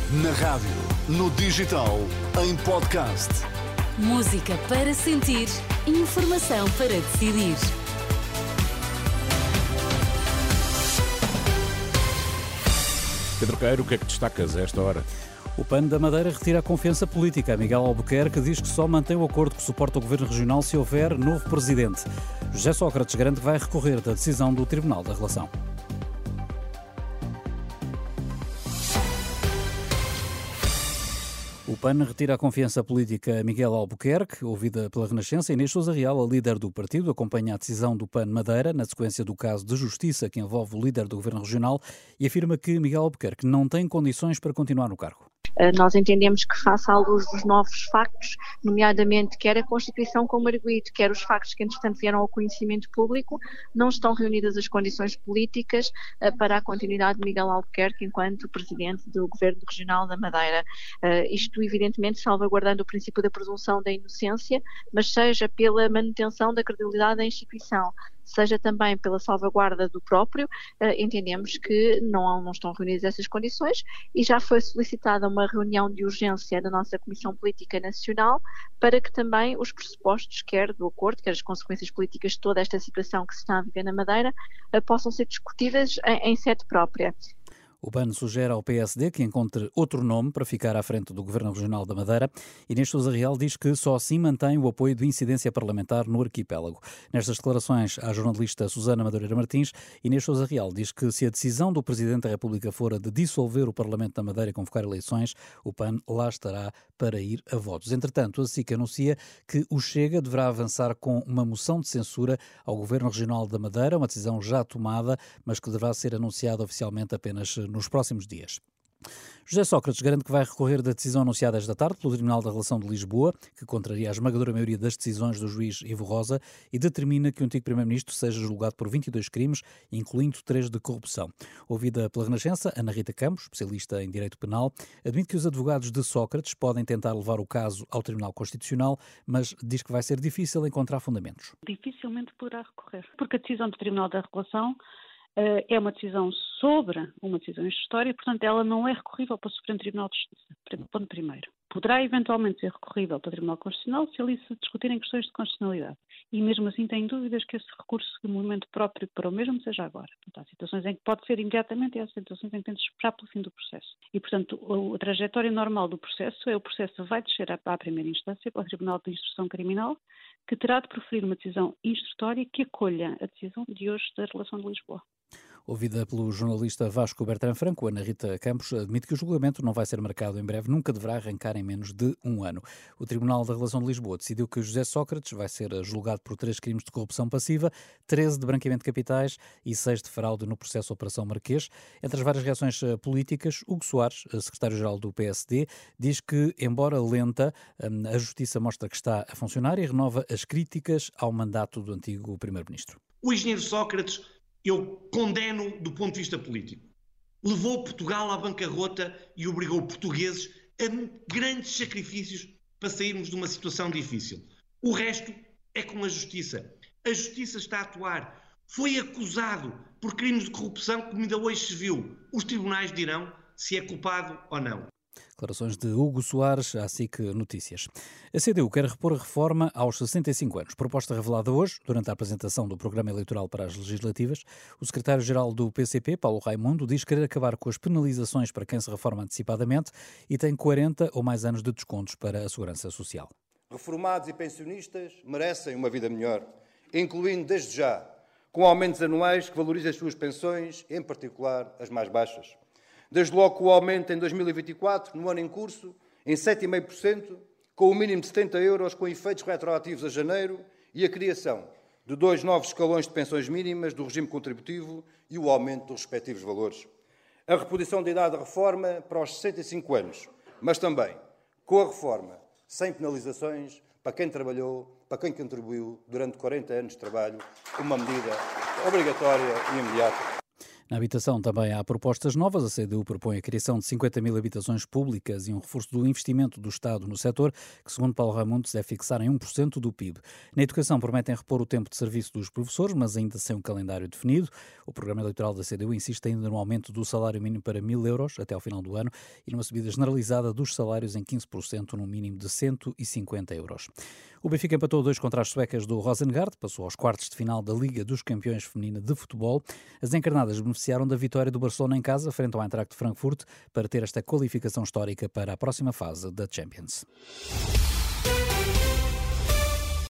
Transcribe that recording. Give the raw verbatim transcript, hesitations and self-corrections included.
Na rádio, no digital, em podcast. Música para sentir, informação para decidir. Pedro Queiro, o que é que destacas a esta hora? O P A N da Madeira retira a confiança política. Miguel Albuquerque diz que só mantém o acordo que suporta o Governo Regional se houver novo presidente. José Sócrates garante que vai recorrer da decisão do Tribunal da Relação. O P A N retira a confiança política a Miguel Albuquerque, ouvida pela Renascença. Inês Sousa Real, a líder do partido, acompanha a decisão do P A N Madeira, na sequência do caso de justiça que envolve o líder do Governo Regional, e afirma que Miguel Albuquerque não tem condições para continuar no cargo. Nós entendemos que, face à luz dos novos factos, nomeadamente quer a Constituição como arguido, quer os factos que, entretanto, vieram ao conhecimento público, não estão reunidas as condições políticas para a continuidade de Miguel Albuquerque enquanto Presidente do Governo Regional da Madeira. Isto, evidentemente, salvaguardando o princípio da presunção da inocência, mas seja pela manutenção da credibilidade da instituição, seja também pela salvaguarda do próprio, entendemos que não, não estão reunidas essas condições e já foi solicitada uma reunião de urgência da nossa Comissão Política Nacional para que também os pressupostos, quer do acordo, quer as consequências políticas de toda esta situação que se está a viver na Madeira, possam ser discutidas em, em sede própria. O P A N sugere ao P S D que encontre outro nome para ficar à frente do Governo Regional da Madeira. Inês Sousa Real diz que só assim mantém o apoio de incidência parlamentar no arquipélago. Nestas declarações à jornalista Susana Madureira Martins, Inês Sousa Real diz que se a decisão do Presidente da República for a de dissolver o Parlamento da Madeira e convocar eleições, o P A N lá estará para ir a votos. Entretanto, a SIC anuncia que o Chega deverá avançar com uma moção de censura ao Governo Regional da Madeira, uma decisão já tomada, mas que deverá ser anunciada oficialmente apenas nos próximos dias. José Sócrates garante que vai recorrer da decisão anunciada esta tarde pelo Tribunal da Relação de Lisboa, que contraria a esmagadora maioria das decisões do juiz Ivo Rosa e determina que o antigo Primeiro-Ministro seja julgado por vinte e dois crimes, incluindo três de corrupção. Ouvida pela Renascença, Ana Rita Campos, especialista em Direito Penal, admite que os advogados de Sócrates podem tentar levar o caso ao Tribunal Constitucional, mas diz que vai ser difícil encontrar fundamentos. Dificilmente poderá recorrer, porque a decisão do Tribunal da Relação é uma decisão sobre uma decisão instrutória, portanto ela não é recorrível para o Supremo Tribunal de Justiça, ponto primeiro. Poderá eventualmente ser recorrível para o Tribunal Constitucional se ali se discutirem questões de constitucionalidade. E mesmo assim tem dúvidas que esse recurso de momento próprio para o mesmo seja agora. Portanto, há situações em que pode ser imediatamente e há situações em que tem de esperar pelo fim do processo. E, portanto, a, a trajetória normal do processo é o processo vai descer à, à primeira instância, para o Tribunal de Instrução Criminal, que terá de proferir uma decisão instrutória que acolha a decisão de hoje da Relação de Lisboa. Ouvida pelo jornalista Vasco Bertrand Franco, Ana Rita Campos admite que o julgamento não vai ser marcado em breve, nunca deverá arrancar em menos de um ano. O Tribunal da Relação de Lisboa decidiu que José Sócrates vai ser julgado por três crimes de corrupção passiva, treze de branqueamento de capitais e seis de fraude no processo Operação Marquês. Entre as várias reações políticas, Hugo Soares, secretário-geral do P S D, diz que, embora lenta, a Justiça mostra que está a funcionar e renova as críticas ao mandato do antigo Primeiro-Ministro. O engenheiro Sócrates eu condeno do ponto de vista político. Levou Portugal à bancarrota e obrigou portugueses a grandes sacrifícios para sairmos de uma situação difícil. O resto é com a Justiça. A Justiça está a atuar. Foi acusado por crimes de corrupção, como ainda hoje se viu. Os tribunais dirão se é culpado ou não. Declarações de Hugo Soares à S I C Notícias. A C D U quer repor a reforma aos sessenta e cinco anos. Proposta revelada hoje, durante a apresentação do programa eleitoral para as legislativas, o secretário-geral do P C P, Paulo Raimundo, diz querer acabar com as penalizações para quem se reforma antecipadamente e tem quarenta ou mais anos de descontos para a segurança social. Reformados e pensionistas merecem uma vida melhor, incluindo desde já com aumentos anuais que valorizem as suas pensões, em particular as mais baixas. Desde logo o aumento em dois mil e vinte e quatro, no ano em curso, em sete vírgula cinco por cento, com o mínimo de setenta euros, com efeitos retroativos a janeiro, e a criação de dois novos escalões de pensões mínimas do regime contributivo e o aumento dos respectivos valores. A reposição da idade da reforma para os sessenta e cinco anos, mas também, com a reforma, sem penalizações para quem trabalhou, para quem contribuiu durante quarenta anos de trabalho, uma medida obrigatória e imediata. Na habitação também há propostas novas. A C D U propõe a criação de cinquenta mil habitações públicas e um reforço do investimento do Estado no setor, que, segundo Paulo Raimundo, deve fixar em um por cento do P I B. Na educação prometem repor o tempo de serviço dos professores, mas ainda sem um calendário definido. O programa eleitoral da C D U insiste ainda no aumento do salário mínimo para mil euros até ao final do ano e numa subida generalizada dos salários em quinze por cento, num mínimo de cento e cinquenta euros. O Benfica empatou dois contra as suecas do Rosengard, passou aos quartos de final da Liga dos Campeões Feminina de Futebol. As encarnadas beneficiaram da vitória do Barcelona em casa, frente ao Eintracht de Frankfurt, para ter esta qualificação histórica para a próxima fase da Champions.